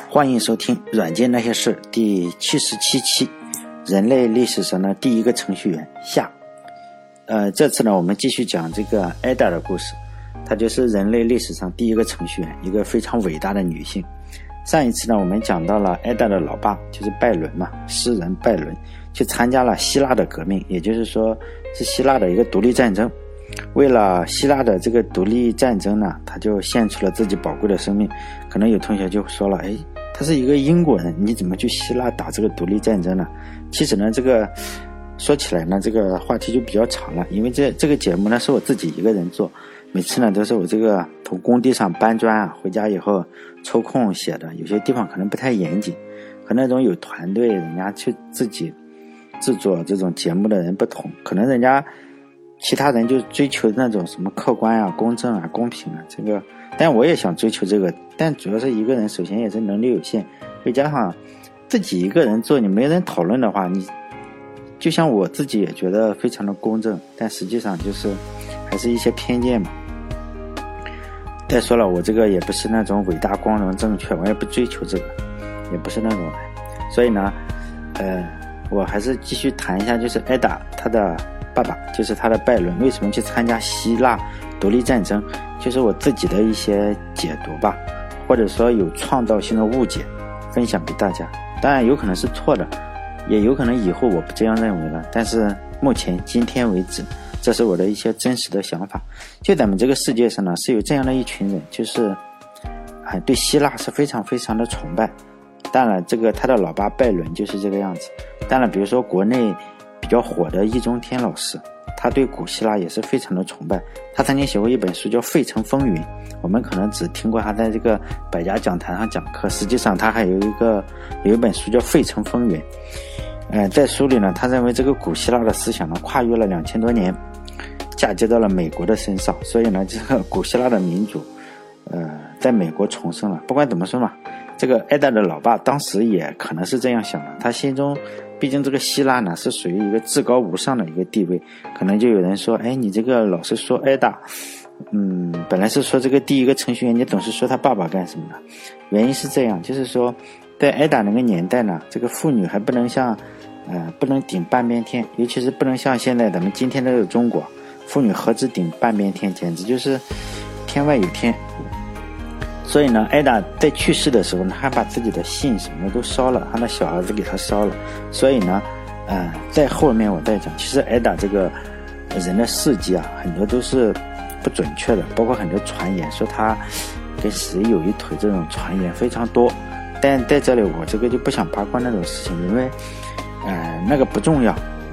欢迎收听《软件那些事》第77期，人类历史上的第一个程序员下。这次呢，我们继续讲这个艾达的故事。她就是人类历史上第一个程序员，一个非常伟大的女性。上一次呢，我们讲到了艾达的老爸，就是拜伦嘛，诗人拜伦，去参加了希腊的革命，也就是说是希腊的一个独立战争。为了希腊的这个独立战争呢，他就献出了自己宝贵的生命。可能有同学就说了，他是一个英国人，你怎么去希腊打这个独立战争呢？其实呢，这个说起来呢，这个话题就比较长了，因为这个节目呢是我自己一个人做，每次呢都是我这个从工地上搬砖啊，回家以后抽空写的，有些地方可能不太严谨，和那种有团队人家去自己制作这种节目的人不同，可能人家其他人就追求那种什么客观啊、公正啊、公平啊，这个，但我也想追求这个，但主要是一个人，首先也是能力有限，再加上自己一个人做，你没人讨论的话，你就像我自己也觉得非常的公正，但实际上就是还是一些偏见嘛。再说了，我这个也不是那种伟大、光荣、正确，我也不追求这个，也不是那种人，所以呢，我还是继续谈一下，就是艾达他的爸爸，就是他的拜伦为什么去参加希腊独立战争，就是我自己的一些解读吧，或者说有创造性的误解分享给大家。当然有可能是错的，也有可能以后我不这样认为了，但是目前今天为止，这是我的一些真实的想法。就咱们这个世界上呢，是有这样的一群人，就是对希腊是非常非常的崇拜。当然这个他的老爸拜伦就是这个样子。当然比如说国内比较火的易中天老师，他对古希腊也是非常的崇拜。他曾经写过一本书叫《费城风云》，我们可能只听过他在这个百家讲坛上讲课，实际上他还有一本书叫《费城风云》。在书里呢，他认为这个古希腊的思想呢，跨越了2000多年，嫁接到了美国的身上，所以呢，这个古希腊的民主，在美国重生了。不管怎么说嘛，这个艾达的老爸当时也可能是这样想的，他心中毕竟这个希腊呢是属于一个至高无上的一个地位，可能就有人说，你这个老是说艾达，本来是说这个第一个程序员，你总是说他爸爸干什么呢？原因是这样，就是说在艾达那个年代呢，这个妇女还不能像不能顶半边天，尤其是不能像现在咱们今天的中国，妇女何止顶半边天，简直就是天外有天。所以呢，艾达在去世的时候呢，还把自己的信什么的都烧了，他的小儿子给他烧了。所以呢，在后面我再讲，其实艾达这个人的事迹啊，很多都是不准确的，包括很多传言说他跟谁有一腿，这种传言非常多。但在这里我这个就不想八卦那种事情，因为那个不重要。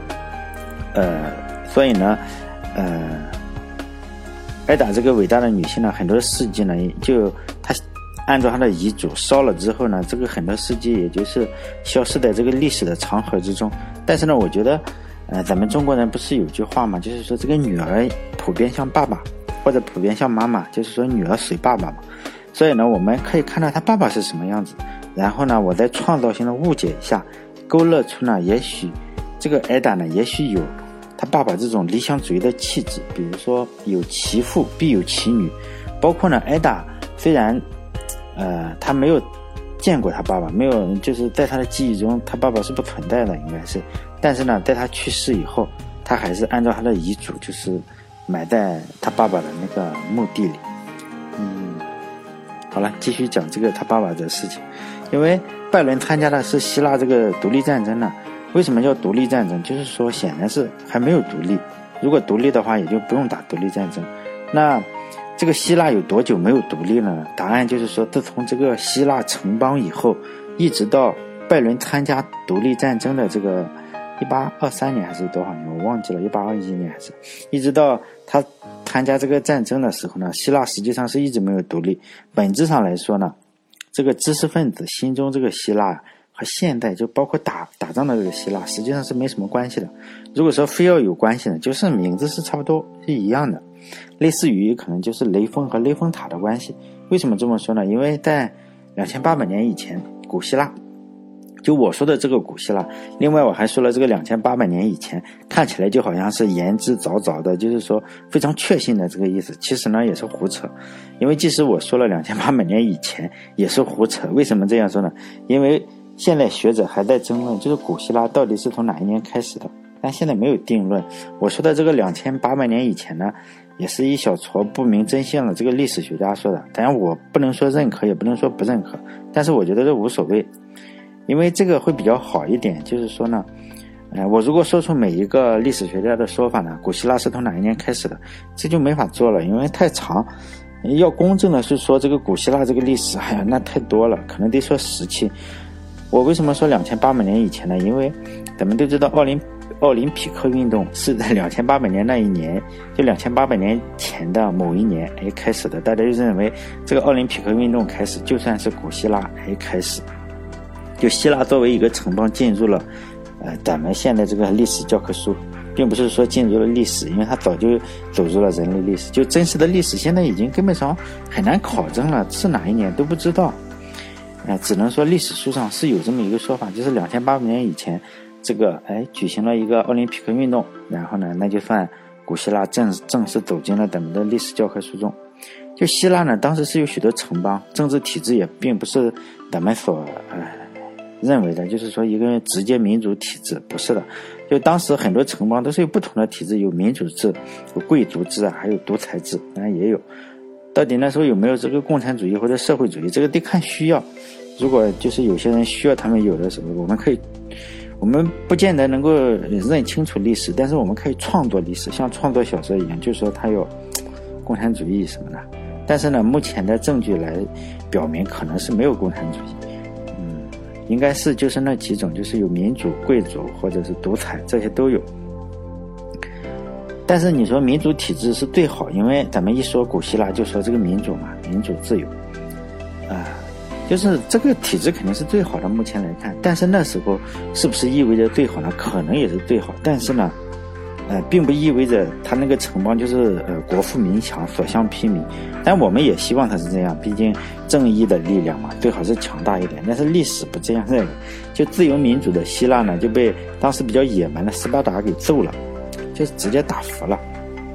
所以呢，艾达这个伟大的女性呢，很多事迹呢，就她按照她的遗嘱烧了之后呢，这个很多事迹也就是消失在这个历史的长河之中。但是呢，我觉得咱们中国人不是有句话嘛，就是说这个女儿普遍像爸爸，或者普遍像妈妈，就是说女儿随爸爸嘛。所以呢，我们可以看到他爸爸是什么样子，然后呢，我再创造性的误解一下，勾勒出呢，也许这个艾达呢，也许有他爸爸这种理想主义的气质，比如说有其父必有其女，包括呢，艾达虽然他没有见过他爸爸，没有，就是在他的记忆中他爸爸是不存在的，应该是，但是呢，在他去世以后，他还是按照他的遗嘱，就是埋在他爸爸的那个墓地里。好了，继续讲这个他爸爸的事情。因为拜伦参加的是希腊这个独立战争呢，为什么叫独立战争？就是说显然是还没有独立，如果独立的话也就不用打独立战争。那这个希腊有多久没有独立了呢？答案就是说，自从这个希腊城邦以后，一直到拜伦参加独立战争的这个1823年还是多少年我忘记了，1821年还是，一直到他参加这个战争的时候呢，希腊实际上是一直没有独立。本质上来说呢，这个知识分子心中这个希腊和现代，就包括打仗的这个希腊，实际上是没什么关系的。如果说非要有关系呢，就是名字是差不多是一样的，类似于可能就是雷锋和雷峰塔的关系。为什么这么说呢？因为在2800年以前，古希腊就我说的这个古希腊，另外我还说了这个2800年以前，看起来就好像是言之凿凿的，就是说非常确信的这个意思，其实呢也是胡扯。因为即使我说了2800年以前也是胡扯，为什么这样说呢？因为现在学者还在争论，就是古希腊到底是从哪一年开始的，但现在没有定论。我说的这个2800年以前呢，也是一小撮不明真相的这个历史学家说的，当然我不能说认可，也不能说不认可，但是我觉得这无所谓。因为这个会比较好一点，就是说呢，我如果说出每一个历史学家的说法呢，古希腊是从哪一年开始的，这就没法做了，因为太长。要公正的是说这个古希腊这个历史，那太多了，可能得说时期。我为什么说2800年以前呢？因为咱们都知道奥林匹克运动是在2800年那一年，就2800年前的某一年开始的，大家就认为这个奥林匹克运动开始，就算是古希腊开始。就希腊作为一个城邦进入了咱们现在这个历史教科书，并不是说进入了历史，因为它早就走入了人类历史，就真实的历史现在已经根本上很难考证了，是哪一年都不知道。只能说历史书上是有这么一个说法，就是2800年以前这个举行了一个奥林匹克运动，然后呢那就算古希腊正式走进了咱们的历史教科书中。就希腊呢当时是有许多城邦，政治体制也并不是咱们所认为的就是说一个直接民主体制，不是的。就当时很多城邦都是有不同的体制，有民主制，有贵族制还有独裁制，当然也有。到底那时候有没有这个共产主义或者社会主义，这个得看需要。如果就是有些人需要他们有的时候，我们不见得能够认清楚历史，但是我们可以创作历史，像创作小说一样，就是说它有共产主义什么的。但是呢，目前的证据来表明可能是没有共产主义，应该是就是那几种，就是有民主、贵族或者是独裁，这些都有。但是你说民主体制是最好，因为咱们一说古希腊就说这个民主嘛，民主自由就是这个体制肯定是最好的，目前来看。但是那时候是不是意味着最好呢？可能也是最好，但是呢并不意味着他那个城邦就是国富民强，所向披靡。但我们也希望他是这样，毕竟正义的力量嘛，最好是强大一点。但是历史不这样认为，就自由民主的希腊呢，就被当时比较野蛮的斯巴达给揍了，就直接打服了。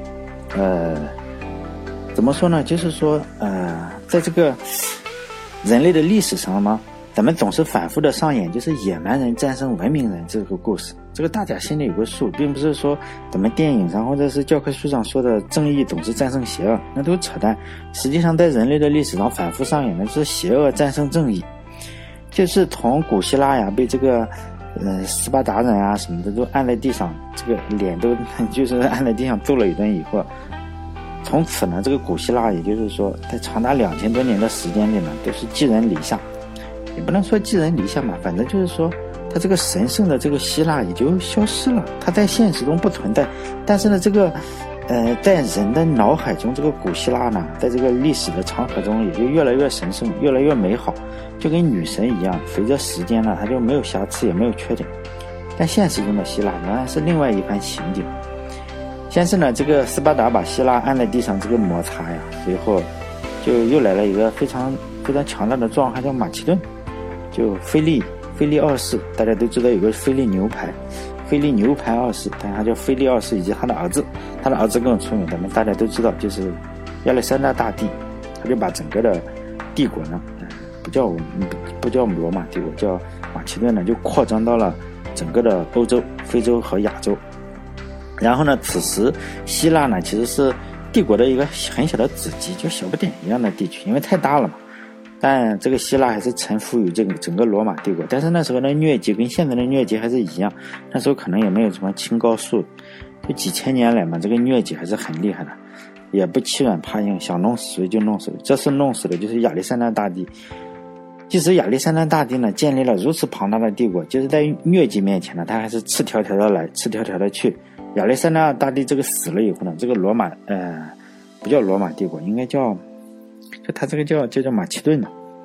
怎么说呢？就是说在这个人类的历史上嘛，咱们总是反复的上演就是野蛮人战胜文明人这个故事，这个大家心里有个数，并不是说咱们电影上或者是教科书上说的正义总是战胜邪恶，那都扯淡。实际上在人类的历史上反复上演的就是邪恶战胜正义，就是从古希腊呀被这个斯巴达人啊什么的都按在地上，这个脸都就是按在地上揍了一顿以后，从此呢这个古希腊也就是说在长达2000多年的时间里呢都是寄人篱下，也不能说寄人篱下嘛，反正就是说它这个神圣的这个希腊也就消失了，它在现实中不存在。但是呢这个在人的脑海中，这个古希腊呢在这个历史的长河中也就越来越神圣，越来越美好，就跟女神一样，随着时间呢它就没有瑕疵也没有缺点。但现实中的希腊仍然是另外一番情景。先是呢这个斯巴达把希腊按在地上这个摩擦呀，随后就又来了一个非常非常强大的壮汉叫马其顿，就腓力二世，大家都知道有个腓力牛排二世，但他叫腓力二世，以及他的儿子更出名，咱们大家都知道就是亚历山大大帝。他就把整个的帝国呢不叫罗马帝国，叫马其顿呢，就扩张到了整个的欧洲、非洲和亚洲。然后呢此时希腊呢其实是帝国的一个很小的子集，就小不点一样的地区，因为太大了嘛。但这个希腊还是臣服于这个整个罗马帝国。但是那时候的疟疾跟现在的疟疾还是一样，那时候可能也没有什么青蒿素，就几千年来嘛，这个疟疾还是很厉害的，也不欺软怕硬，想弄死谁就弄死谁。这次弄死的就是亚历山大大帝。即使亚历山大大帝呢建立了如此庞大的帝国，就是在疟疾面前呢，他还是赤条条的来，赤条条的去。亚历山大大帝这个死了以后呢，这个罗马不叫罗马帝国，应该叫他这个叫马其顿嘛，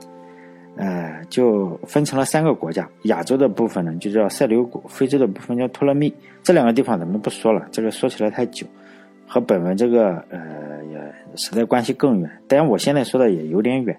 就分成了3个国家。亚洲的部分呢就叫塞琉古，非洲的部分叫托勒密。这2个地方咱们不说了，这个说起来太久，和本文这个也实在关系更远。当然我现在说的也有点远，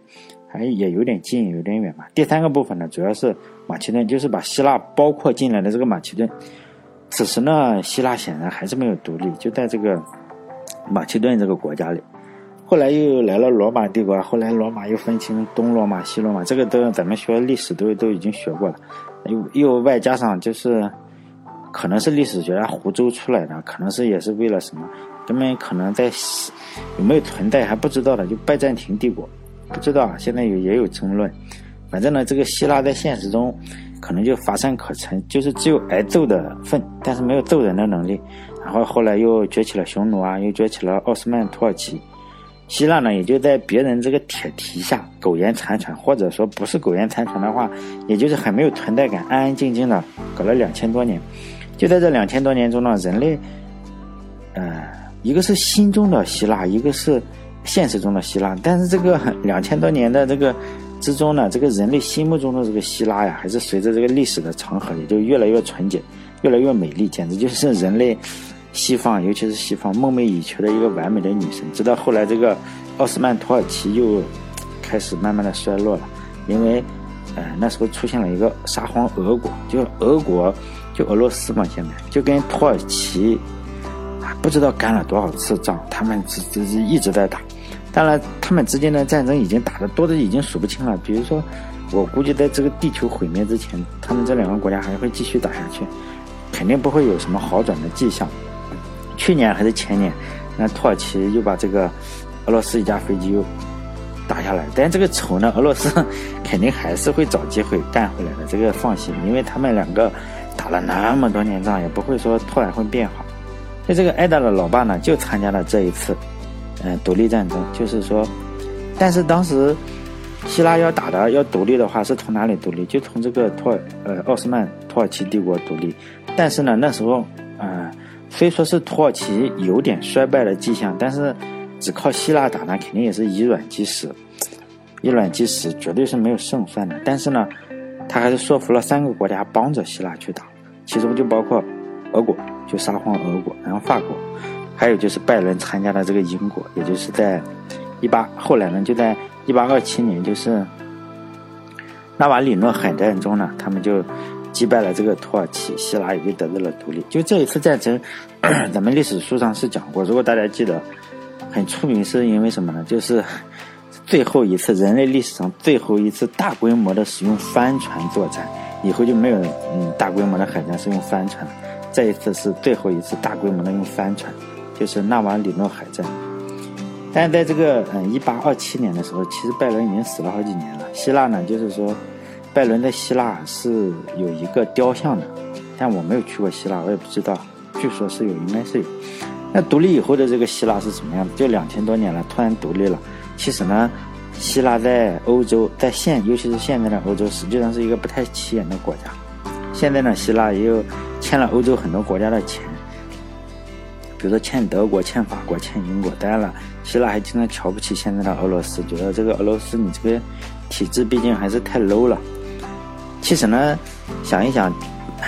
还也有点近有点远嘛。第三个部分呢，主要是马其顿，就是把希腊包括进来的这个马其顿。此时呢，希腊显然还是没有独立，就在这个马其顿这个国家里。后来又来了罗马帝国，后来罗马又分清东罗马西罗马，这个都咱们学历史都已经学过了。又外加上就是可能是历史学家胡诌出来的，可能是也是为了什么，根本可能在有没有存在还不知道的，就拜占庭帝国不知道啊，现在也有争论。反正呢，这个希腊在现实中可能就乏善可陈，就是只有挨揍的份，但是没有揍人的能力。然后后来又崛起了匈奴啊，又崛起了奥斯曼土耳其。希腊呢，也就在别人这个铁蹄下苟延残喘，或者说不是苟延残喘的话，也就是很没有存在感，安安静静的搞了2000多年。就在这2000多年中呢，人类一个是心中的希腊，一个是现实中的希腊。但是这个2000多年的这个之中呢，这个人类心目中的这个希腊呀，还是随着这个历史的长河，也就越来越纯洁，越来越美丽，简直就是人类西方，尤其是西方梦寐以求的一个完美的女神。直到后来这个奥斯曼土耳其又开始慢慢的衰落了，因为那时候出现了一个沙皇俄国，就俄国就俄罗斯嘛，现在就跟土耳其不知道干了多少次仗，他们一直在打。当然他们之间的战争已经打得多的已经数不清了，比如说我估计在这个地球毁灭之前，他们这两个国家还会继续打下去，肯定不会有什么好转的迹象。去年还是前年，那土耳其又把这个俄罗斯一架飞机又打下来，但这个仇呢，俄罗斯肯定还是会找机会干回来的，这个放心，因为他们两个打了那么多年仗，也不会说突然会变好。所以这个艾达的老爸呢，就参加了这一次独立战争，就是说，但是当时希腊要独立的话，是从哪里独立？就从这个奥斯曼土耳其帝国独立。但是呢，那时候虽说是土耳其有点衰败的迹象，但是只靠希腊打呢，肯定也是以卵击石，绝对是没有胜算的。但是呢，他还是说服了3个国家帮着希腊去打，其中就包括俄国，就沙皇俄国，然后法国，还有就是拜伦参加的这个英国，也就是在后来呢，就在1827年，就是纳瓦里诺海战中呢，他们就击败了这个土耳其，希腊也就得到了独立。就这一次战争，咱们历史书上是讲过，如果大家记得，很出名是因为什么呢？就是最后一次人类历史上最后一次大规模的使用帆船作战，以后就没有大规模的海战是用帆船了。这一次是最后一次大规模的用帆船，就是纳瓦里诺海战。但是在这个1827年的时候，其实拜伦已经死了好几年了。希腊呢，就是说拜伦在希腊是有一个雕像的，但我没有去过希腊，我也不知道，据说是有，应该是有。那独立以后的这个希腊是什么样的？就2000多年了，突然独立了。其实呢，希腊在欧洲，尤其是现在的欧洲，实际上是一个不太起眼的国家。现在呢，希腊也有欠了欧洲很多国家的钱，比如说欠德国、欠法国、欠英国。当然了，希腊还经常瞧不起现在的俄罗斯，觉得这个俄罗斯你这个体制毕竟还是太 low 了。其实呢，想一想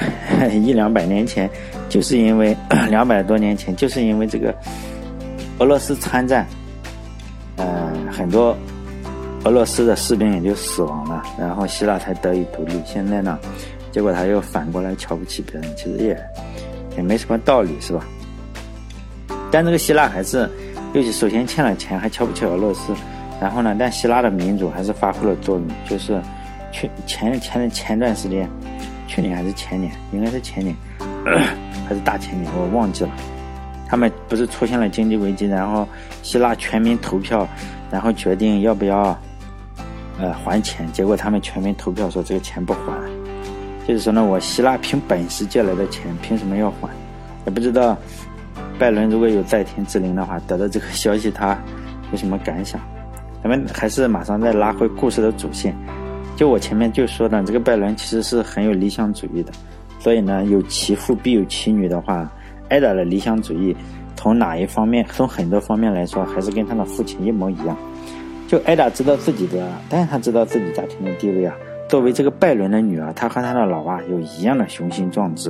，100-200年前，就是因为200多年前，就是因为这个俄罗斯参战，很多俄罗斯的士兵也就死亡了，然后希腊才得以独立。现在呢，结果他又反过来瞧不起别人，其实也没什么道理，是吧？但这个希腊还是，尤其首先欠了钱，还瞧不起俄罗斯，然后呢，但希腊的民主还是发挥了作用，就是前段时间，去年还是前年，应该是前年，还是大前年，我忘记了。他们不是出现了经济危机，然后希腊全民投票，然后决定要不要还钱，结果他们全民投票说这个钱不还，就是说呢，我希腊凭本事借来的钱凭什么要还？也不知道拜伦如果有在天之灵的话，得到这个消息他有什么感想？咱们还是马上再拉回故事的主线。就我前面就说的，这个拜伦其实是很有理想主义的，所以呢，有其父必有其女的话，艾达的理想主义从哪一方面，从很多方面来说，还是跟他的父亲一模一样。就艾达知道自己的，但是他知道自己家庭的地位啊，作为这个拜伦的女儿，她和她的老爸有一样的雄心壮志。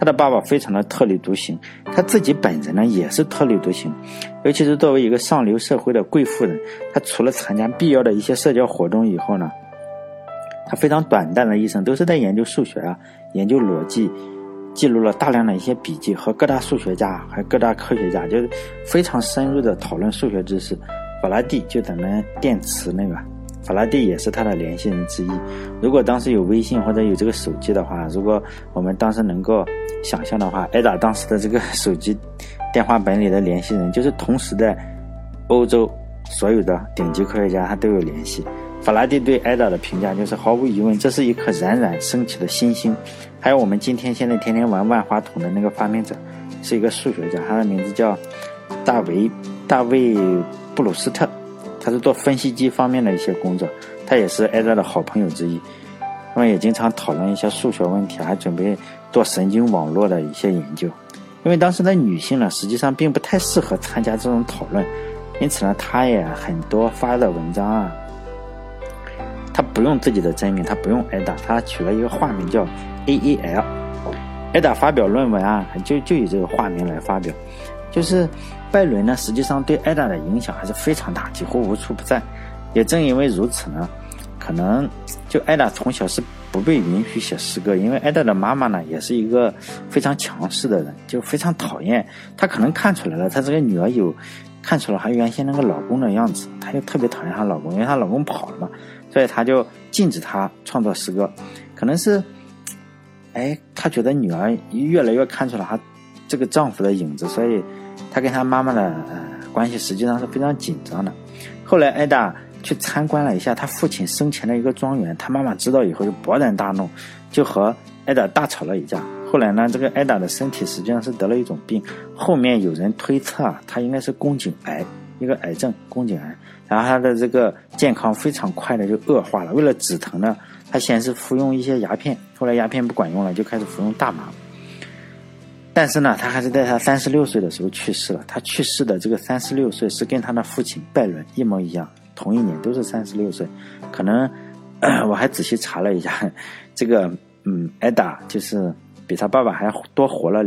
他的爸爸非常的特立独行，他自己本人呢也是特立独行，尤其是作为一个上流社会的贵妇人，他除了参加必要的一些社交活动以后呢，他非常短暂的一生都是在研究数学啊，研究逻辑，记录了大量的一些笔记，和各大数学家还有各大科学家就是非常深入的讨论数学知识。法拉第就咱们电池那个，法拉第也是他的联系人之一。如果当时有微信或者有这个手机的话，如果我们当时能够想象的话，艾达当时的这个手机电话本里的联系人就是同时在欧洲所有的顶级科学家他都有联系。法拉第对艾达的评价就是毫无疑问，这是一颗冉冉升起的新星。还有我们今天现在天天玩万花筒的那个发明者，是一个数学家，他的名字叫大卫布鲁斯特，他是做分析机方面的一些工作，他也是艾达的好朋友之一。他们也经常讨论一些数学问题，还准备做神经网络的一些研究。因为当时的女性呢，实际上并不太适合参加这种讨论，因此呢，他也很多发的文章啊，他不用自己的真名，他不用艾达，他取了一个化名叫 AAL。 艾达发表论文啊，就以这个化名来发表。就是拜伦呢，实际上对艾达的影响还是非常大，几乎无处不在。也正因为如此呢，可能就艾达从小是不被允许写诗歌，因为艾达的妈妈呢也是一个非常强势的人，就非常讨厌。她可能看出来了，她这个女儿看出了她原先那个老公的样子，她就特别讨厌她老公，因为她老公跑了嘛，所以她就禁止她创作诗歌。可能是她觉得女儿越来越看出了她这个丈夫的影子，所以她跟她妈妈的关系实际上是非常紧张的。后来艾达去参观了一下他父亲生前的一个庄园，他妈妈知道以后就勃然大怒，就和艾达大吵了一架。后来呢，这个艾达的身体实际上是得了一种病，后面有人推测啊，他应该是宫颈癌，一个癌症，宫颈癌。然后他的这个健康非常快的就恶化了。为了止疼呢，他先是服用一些鸦片，后来鸦片不管用了，就开始服用大麻。但是呢，他还是在他36岁的时候去世了。他去世的这个36岁是跟他的父亲拜伦一模一样，同一年，都是36岁。可能我还仔细查了一下，这个艾达就是比他爸爸还多活了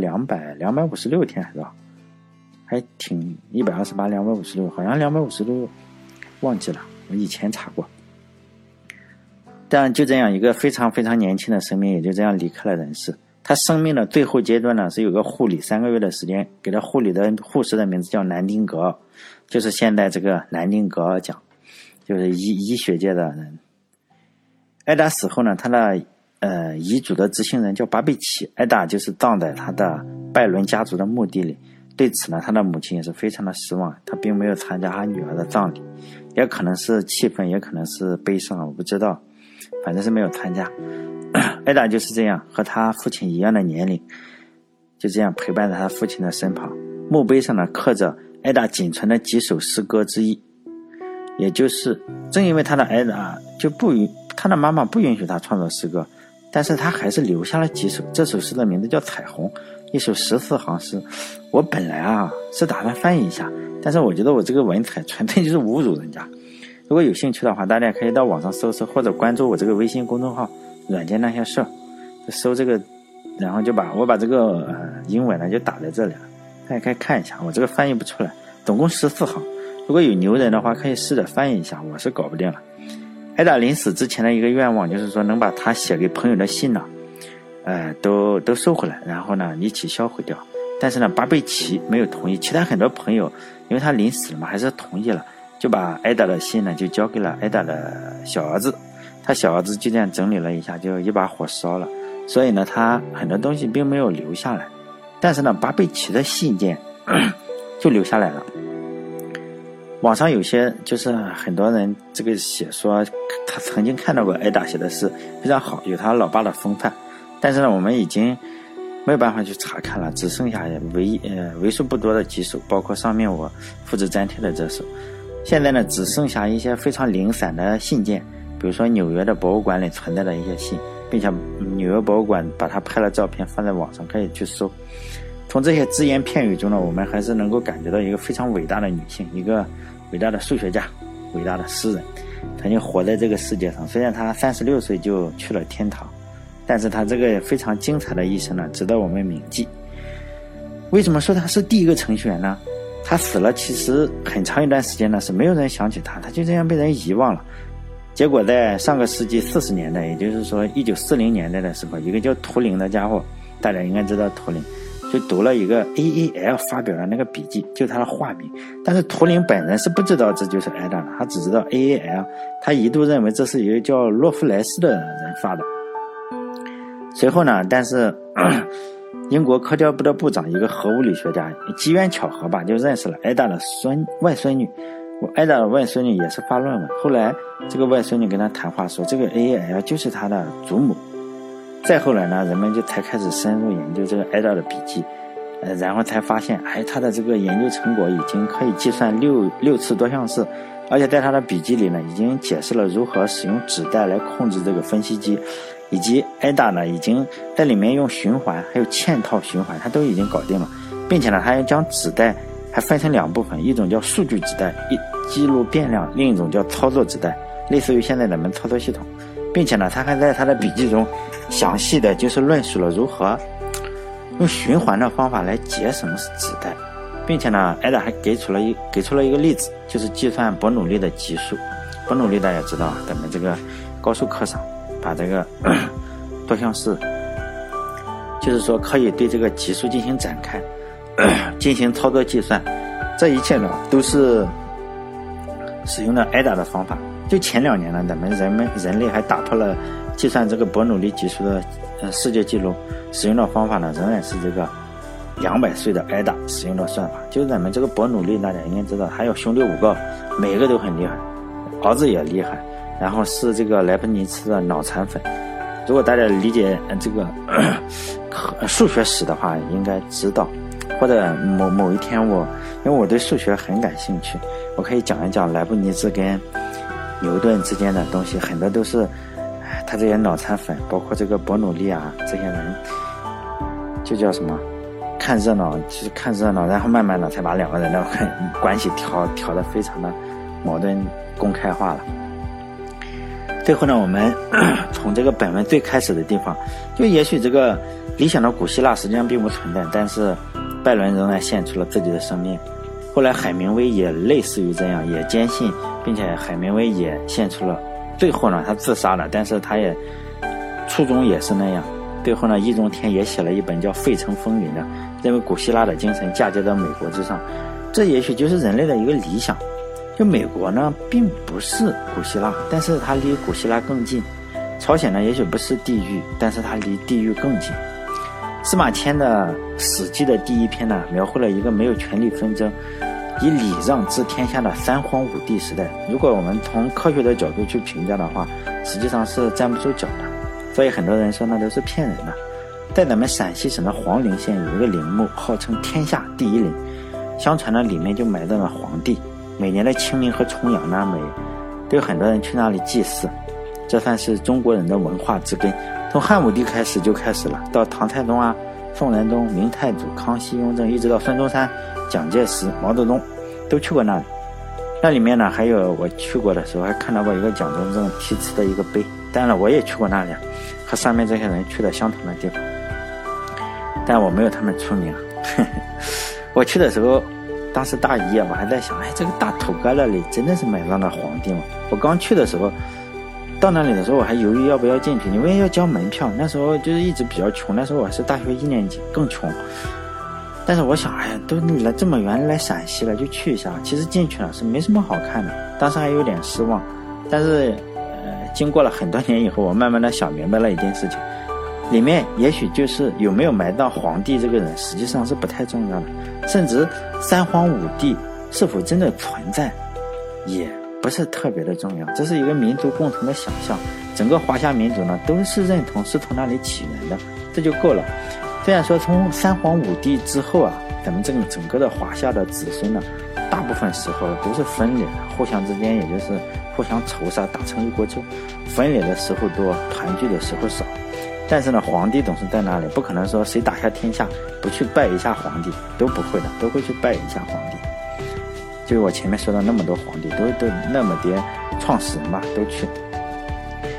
256天，是吧？还挺128、256，好像256，忘记了，我以前查过。但就这样一个非常非常年轻的生命，也就这样离开了人世。他生命的最后阶段呢，是有个护理3个月的时间，给他护理的护士的名字叫南丁格尔，就是现在这个南丁格尔奖，就是医学界的人。艾达死后呢，他的遗嘱的执行人叫巴贝奇，艾达就是葬在他的拜伦家族的墓地里。对此呢，他的母亲也是非常的失望，他并没有参加他女儿的葬礼，也可能是气愤，也可能是悲伤，我不知道，反正是没有参加。艾达就是这样，和他父亲一样的年龄，就这样陪伴在他父亲的身旁。墓碑上呢刻着艾达仅存的几首诗歌之一，也就是正因为他的艾达他的妈妈不允许他创作诗歌，但是他还是留下了几首。这首诗的名字叫《彩虹》，一首14行诗。我本来是打算翻译一下，但是我觉得我这个文采纯粹就是侮辱人家。如果有兴趣的话，大家可以到网上搜搜，或者关注我这个微信公众号软件那些事儿，就搜这个，然后我把这个英文呢就打在这里了，大家可以看一下。我这个翻译不出来，总共14行，如果有牛人的话可以试着翻译一下，我是搞不定了。艾达临死之前的一个愿望就是说能把他写给朋友的信呢都收回来，然后呢一起销毁掉。但是呢巴贝奇没有同意，其他很多朋友因为他临死了嘛，还是同意了，就把艾达的信呢就交给了艾达的小儿子。他小儿子就这样整理了一下，就一把火烧了。所以呢他很多东西并没有留下来，但是呢巴贝奇的信件就留下来了。网上有些就是很多人这个写说他曾经看到过艾达写的诗非常好，有他老爸的风范，但是呢我们已经没有办法去查看了，只剩下为数不多的几首，包括上面我复制粘贴的这首。现在呢只剩下一些非常零散的信件，比如说纽约的博物馆里存在的一些信，并且纽约博物馆把它拍了照片放在网上，可以去搜。从这些只言片语中呢，我们还是能够感觉到一个非常伟大的女性，一个伟大的数学家，伟大的诗人，曾经活在这个世界上。虽然她36岁就去了天堂， 但是他这个非常精彩的一生呢，值得我们铭记。为什么说他是第一个程序员呢？他死了其实很长一段时间呢是没有人想起他就这样被人遗忘了。结果在上个世纪40年代，也就是说1940年代的时候，一个叫图灵的家伙，大家应该知道图灵，就读了一个 AAL 发表的那个笔记，就是他的化名。但是图灵本人是不知道这就是 Ada 的，他只知道 AAL， 他一度认为这是一个叫洛夫莱斯的人发的。随后呢，但是英国科教部的部长，一个核物理学家，机缘巧合吧，就认识了 Ada 的外孙女。Ada 的外孙女也是发论文，后来这个外孙女跟他谈话说，这个 AAL 就是他的祖母。再后来呢，人们就才开始深入研究这个 Ada 的笔记，然后才发现，他的这个研究成果已经可以计算六次多项式，而且在他的笔记里呢，已经解释了如何使用纸带来控制这个分析机，以及 Ada 呢已经在里面用循环还有嵌套循环，他都已经搞定了，并且呢，他还将纸带还分成2部分，一种叫数据纸带，记录变量，另一种叫操作纸带，类似于现在咱们操作系统。并且呢，他还在他的笔记中详细的就是论述了如何用循环的方法来节省纸带，并且呢，Ada还给出了一个例子，就是计算伯努利的级数。伯努利大家知道，咱们这个高数课上把这个多项式，就是说可以对这个级数进行展开，进行操作计算。这一切呢，都是使用了 Ada 的方法。就前2年呢，咱们人类还打破了计算这个伯努利级数的世界纪录，使用的方法呢仍然是这个200岁的 Ada 使用的算法。就是咱们这个伯努利大家应该知道，还有兄弟5个，每一个都很厉害，儿子也厉害，然后是这个莱布尼茨的脑残粉。如果大家理解这个数学史的话，应该知道，或者某一天因为我对数学很感兴趣，我可以讲一讲莱布尼茨跟牛顿之间的东西，很多都是他这些脑残粉，包括这个伯努利啊，这些人就叫什么看热闹，就是看热闹，然后慢慢的才把2个人的关系调得非常的矛盾公开化了。最后呢，我们从这个本文最开始的地方，就也许这个理想的古希腊实际上并不存在，但是拜伦仍然献出了自己的生命。后来海明威也类似于这样，也坚信，并且海明威也献出了，最后呢他自杀了，但是他也初衷也是那样。最后呢，易中天也写了一本叫《费城风云》的，认为古希腊的精神嫁接到美国之上，这也许就是人类的一个理想。就美国呢并不是古希腊，但是它离古希腊更近。朝鲜呢也许不是地狱，但是它离地狱更近。司马迁的《史记》的第1篇呢，描绘了一个没有权力纷争，以礼让治天下的3皇5帝时代。如果我们从科学的角度去评价的话，实际上是站不住脚的，所以很多人说那都是骗人的。在咱们陕西省的黄陵县有一个陵墓，号称天下第1陵，相传呢里面就埋着了皇帝。每年的清明和重阳呢，都有很多人去那里祭祀，这算是中国人的文化之根。从汉武帝开始就开始了，到唐太宗啊、宋仁宗、明太祖、康熙、雍正，一直到孙中山、蒋介石、毛泽东都去过那里。那里面呢，还有我去过的时候还看到过一个蒋中正题词的一个碑，当然了我也去过那里，和上面这些人去的相同的地方，但我没有他们出名。我去的时候当时大一啊，我还在想，这个大土疙瘩里真的是埋葬了皇帝吗？我刚去的时候，到那里的时候我还犹豫要不要进去，因为要交门票。那时候就是一直比较穷，那时候我是大学1年级，更穷。但是我想，都来这么远来陕西了，就去一下。其实进去了是没什么好看的，当时还有点失望。但是经过了很多年以后，我慢慢的想明白了一件事情，里面也许就是有没有埋葬皇帝这个人实际上是不太重要的，甚至3皇5帝是否真的存在也不是特别的重要，这是一个民族共同的想象。整个华夏民族呢都是认同是从那里起源的，这就够了。虽然说从3皇5帝之后啊，咱们整个的华夏的子孙呢，大部分时候都是分裂的，互相之间也就是互相仇杀，打成一锅粥，分裂的时候多，团聚的时候少。但是呢，皇帝总是在那里，不可能说谁打下天下不去拜一下皇帝，都不会的，都会去拜一下皇帝。就是我前面说的那么多皇帝，都那么些创始人吧，都去。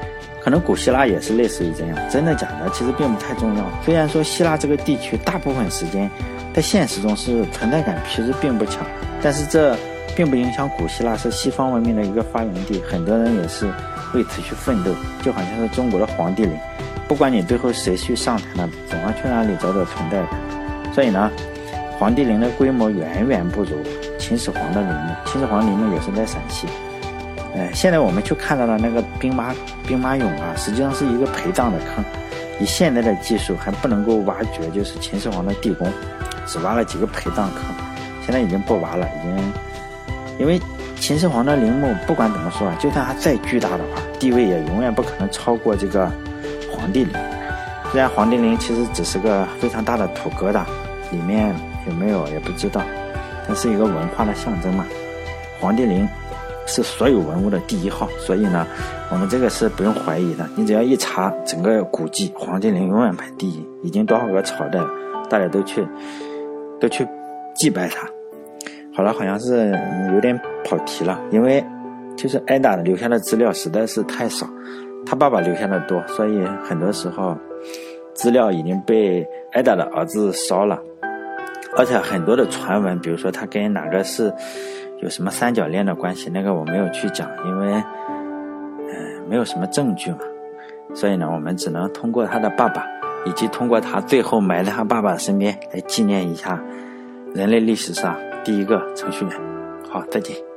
可能古希腊也是类似于这样，真的假的其实并不太重要。虽然说希腊这个地区大部分时间在现实中是存在感其实并不强，但是这并不影响古希腊是西方文明的一个发源地，很多人也是为此去奋斗，就好像是中国的黄帝陵，不管你最后谁去上台呢，总要去那里找找存在感。所以呢，黄帝陵的规模远远不如秦始皇的陵墓，秦始皇陵墓也是在陕西。现在我们去看到的那个兵马俑啊，实际上是一个陪葬的坑，以现在的技术还不能够挖掘就是秦始皇的地宫，只挖了几个陪葬坑，现在已经不挖了，因为秦始皇的陵墓不管怎么说啊，就算它再巨大的话，地位也永远不可能超过这个黄帝陵。虽然黄帝陵其实只是个非常大的土疙瘩，里面有没有也不知道，但是一个文化的象征嘛。黄帝陵是所有文物的第一号，所以呢，我们这个是不用怀疑的。你只要一查整个古迹，黄帝陵永远排第一，已经多少个朝代了，大家都去祭拜它。好了，好像是有点跑题了，因为就是艾达留下的资料实在是太少，他爸爸留下的多，所以很多时候资料已经被艾达的儿子烧了。而且很多的传闻，比如说他跟哪个是有什么三角恋的关系，那个我没有去讲，因为没有什么证据嘛，所以呢，我们只能通过他的爸爸，以及通过他最后埋在他爸爸身边来纪念一下人类历史上第一个程序员。好，再见。